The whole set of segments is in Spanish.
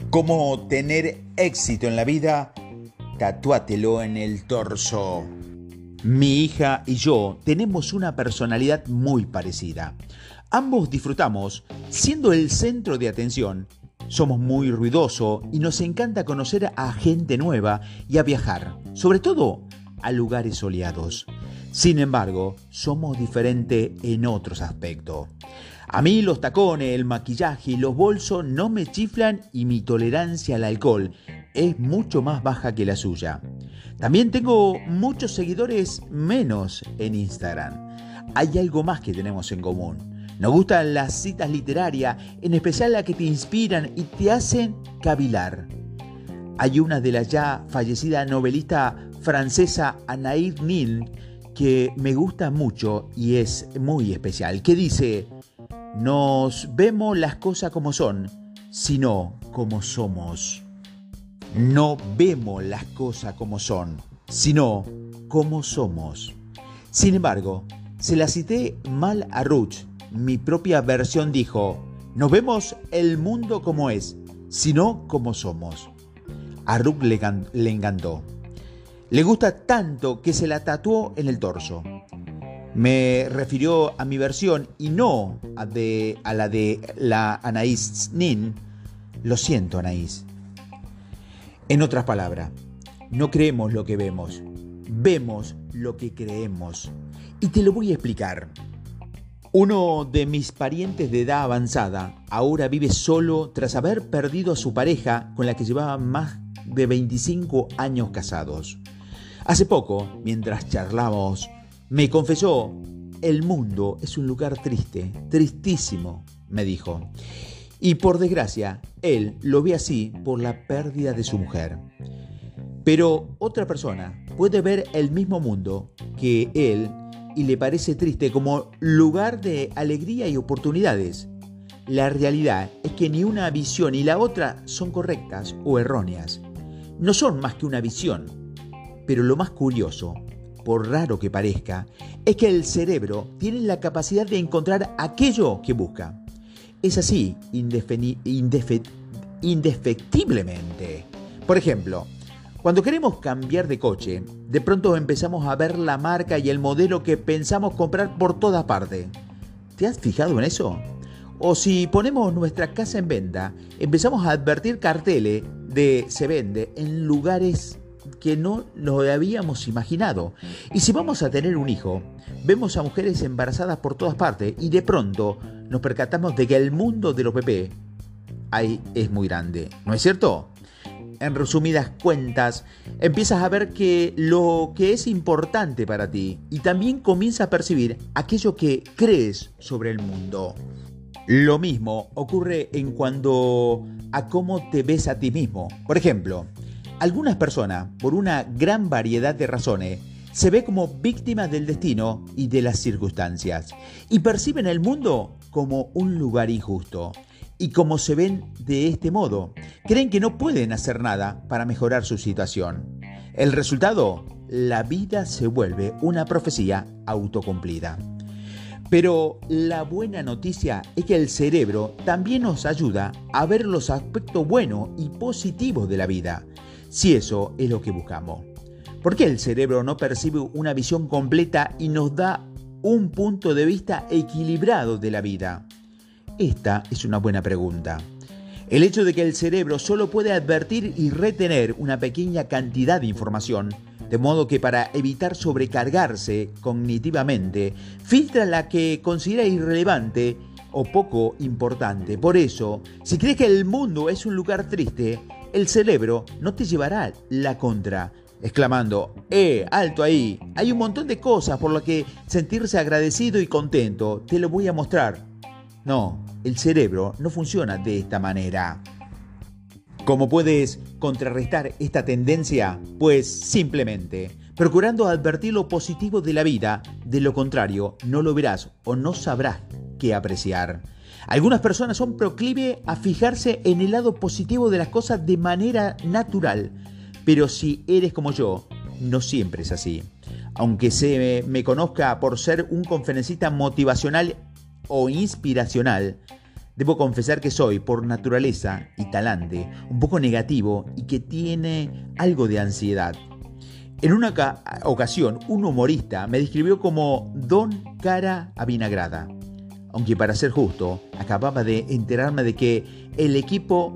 ¿Cómo tener éxito en la vida? Tatúatelo en el torso. Mi hija y yo tenemos una personalidad muy parecida. Ambos disfrutamos siendo el centro de atención. Somos muy ruidosos y nos encanta conocer a gente nueva y a viajar, sobre todo a lugares soleados. Sin embargo, somos diferentes en otros aspectos. A mí los tacones, el maquillaje y los bolsos no me chiflan y mi tolerancia al alcohol es mucho más baja que la suya. También tengo muchos seguidores menos en Instagram. Hay algo más que tenemos en común. Nos gustan las citas literarias, en especial las que te inspiran y te hacen cavilar. Hay una de la ya fallecida novelista francesa Anaïs Nin que me gusta mucho y es muy especial, que dice: nos vemos las cosas como son, sino como somos. No vemos las cosas como son, sino como somos. Sin embargo, se la cité mal a Ruth. Mi propia versión dijo: no vemos el mundo como es, sino como somos. A Ruth le encantó. Le gusta tanto que se la tatuó en el torso. Me refirió a mi versión y no a la de la Anaïs Nin. Lo siento, Anaïs. En otras palabras, no creemos lo que vemos, vemos lo que creemos. Y te lo voy a explicar. Uno de mis parientes de edad avanzada ahora vive solo tras haber perdido a su pareja con la que llevaba más de 25 años casados. Hace poco, mientras charlábamos, me confesó: el mundo es un lugar triste, tristísimo, me dijo. Y por desgracia, él lo ve así por la pérdida de su mujer. Pero otra persona puede ver el mismo mundo que él y le parece triste como lugar de alegría y oportunidades. La realidad es que ni una visión ni la otra son correctas o erróneas. No son más que una visión. Pero lo más curioso, por raro que parezca, es que el cerebro tiene la capacidad de encontrar aquello que busca. Es así, indefectiblemente. Por ejemplo, cuando queremos cambiar de coche, de pronto empezamos a ver la marca y el modelo que pensamos comprar por todas partes. ¿Te has fijado en eso? O si ponemos nuestra casa en venta, empezamos a advertir carteles de se vende en lugares que no lo habíamos imaginado. Y si vamos a tener un hijo, vemos a mujeres embarazadas por todas partes y de pronto nos percatamos de que el mundo de los bebés ahí es muy grande, ¿no es cierto? En resumidas cuentas, empiezas a ver que lo que es importante para ti y también comienzas a percibir aquello que crees sobre el mundo. Lo mismo ocurre en cuanto a cómo te ves a ti mismo. Por ejemplo, algunas personas, por una gran variedad de razones, se ven como víctimas del destino y de las circunstancias y perciben el mundo como un lugar injusto. Y como se ven de este modo, creen que no pueden hacer nada para mejorar su situación. El resultado, la vida se vuelve una profecía autocumplida. Pero la buena noticia es que el cerebro también nos ayuda a ver los aspectos buenos y positivos de la vida, si eso es lo que buscamos. ¿Por qué el cerebro no percibe una visión completa y nos da un punto de vista equilibrado de la vida? Esta es una buena pregunta. El hecho de que el cerebro solo puede advertir y retener una pequeña cantidad de información, de modo que para evitar sobrecargarse cognitivamente, filtra la que considera irrelevante o poco importante. Por eso, si crees que el mundo es un lugar triste, el cerebro no te llevará la contra, exclamando: alto ahí, hay un montón de cosas por las que sentirse agradecido y contento, te lo voy a mostrar. No, el cerebro no funciona de esta manera. ¿Cómo puedes contrarrestar esta tendencia? Pues simplemente procurando advertir lo positivo de la vida, de lo contrario no lo verás o no sabrás qué apreciar. Algunas personas son proclives a fijarse en el lado positivo de las cosas de manera natural, pero si eres como yo, no siempre es así. Aunque se me conozca por ser un conferencista motivacional o inspiracional, Debo confesar que soy, por naturaleza y talante, un poco negativo y que tiene algo de ansiedad. En una ocasión, un humorista me describió como Don Cara Avinagrada. Aunque para ser justo, acababa de enterarme de que el equipo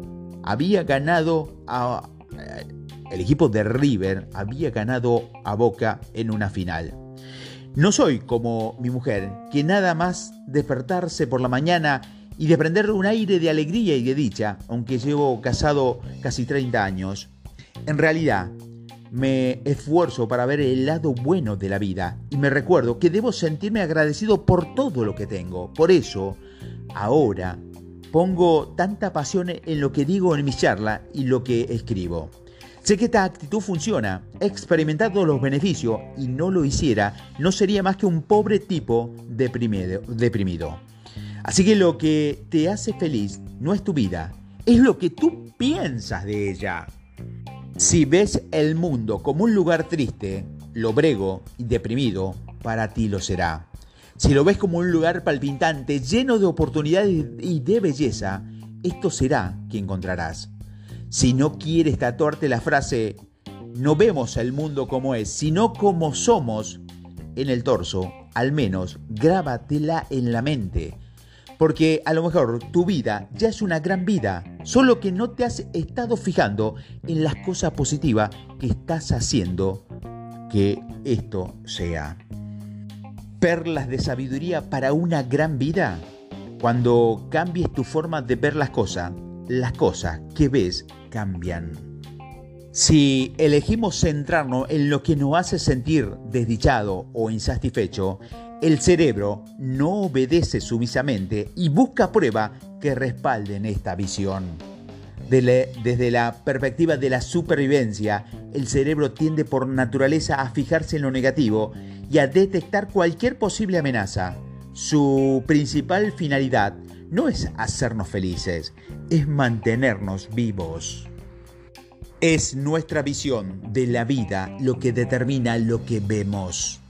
de River había ganado a Boca en una final. No soy como mi mujer, que nada más despertarse por la mañana y desprender un aire de alegría y de dicha, aunque llevo casado casi 30 años. En realidad, me esfuerzo para ver el lado bueno de la vida y me recuerdo que debo sentirme agradecido por todo lo que tengo. Por eso, ahora pongo tanta pasión en lo que digo en mis charlas y lo que escribo. Sé que esta actitud funciona, he experimentado los beneficios y no lo hiciera, no sería más que un pobre tipo deprimido. Así que lo que te hace feliz no es tu vida, es lo que tú piensas de ella. Si ves el mundo como un lugar triste, lobrego y deprimido, para ti lo será. Si lo ves como un lugar palpitante, lleno de oportunidades y de belleza, esto será que encontrarás. Si no quieres tatuarte la frase, no vemos el mundo como es, sino como somos, en el torso, al menos grábatela en la mente. Porque a lo mejor tu vida ya es una gran vida, solo que no te has estado fijando en las cosas positivas que estás haciendo que esto sea. Perlas de sabiduría para una gran vida. Cuando cambies tu forma de ver las cosas que ves cambian. Si elegimos centrarnos en lo que nos hace sentir desdichado o insatisfecho, el cerebro no obedece sumisamente y busca pruebas que respalden esta visión. Desde la perspectiva de la supervivencia, el cerebro tiende por naturaleza a fijarse en lo negativo y a detectar cualquier posible amenaza. Su principal finalidad no es hacernos felices, es mantenernos vivos. Es nuestra visión de la vida lo que determina lo que vemos.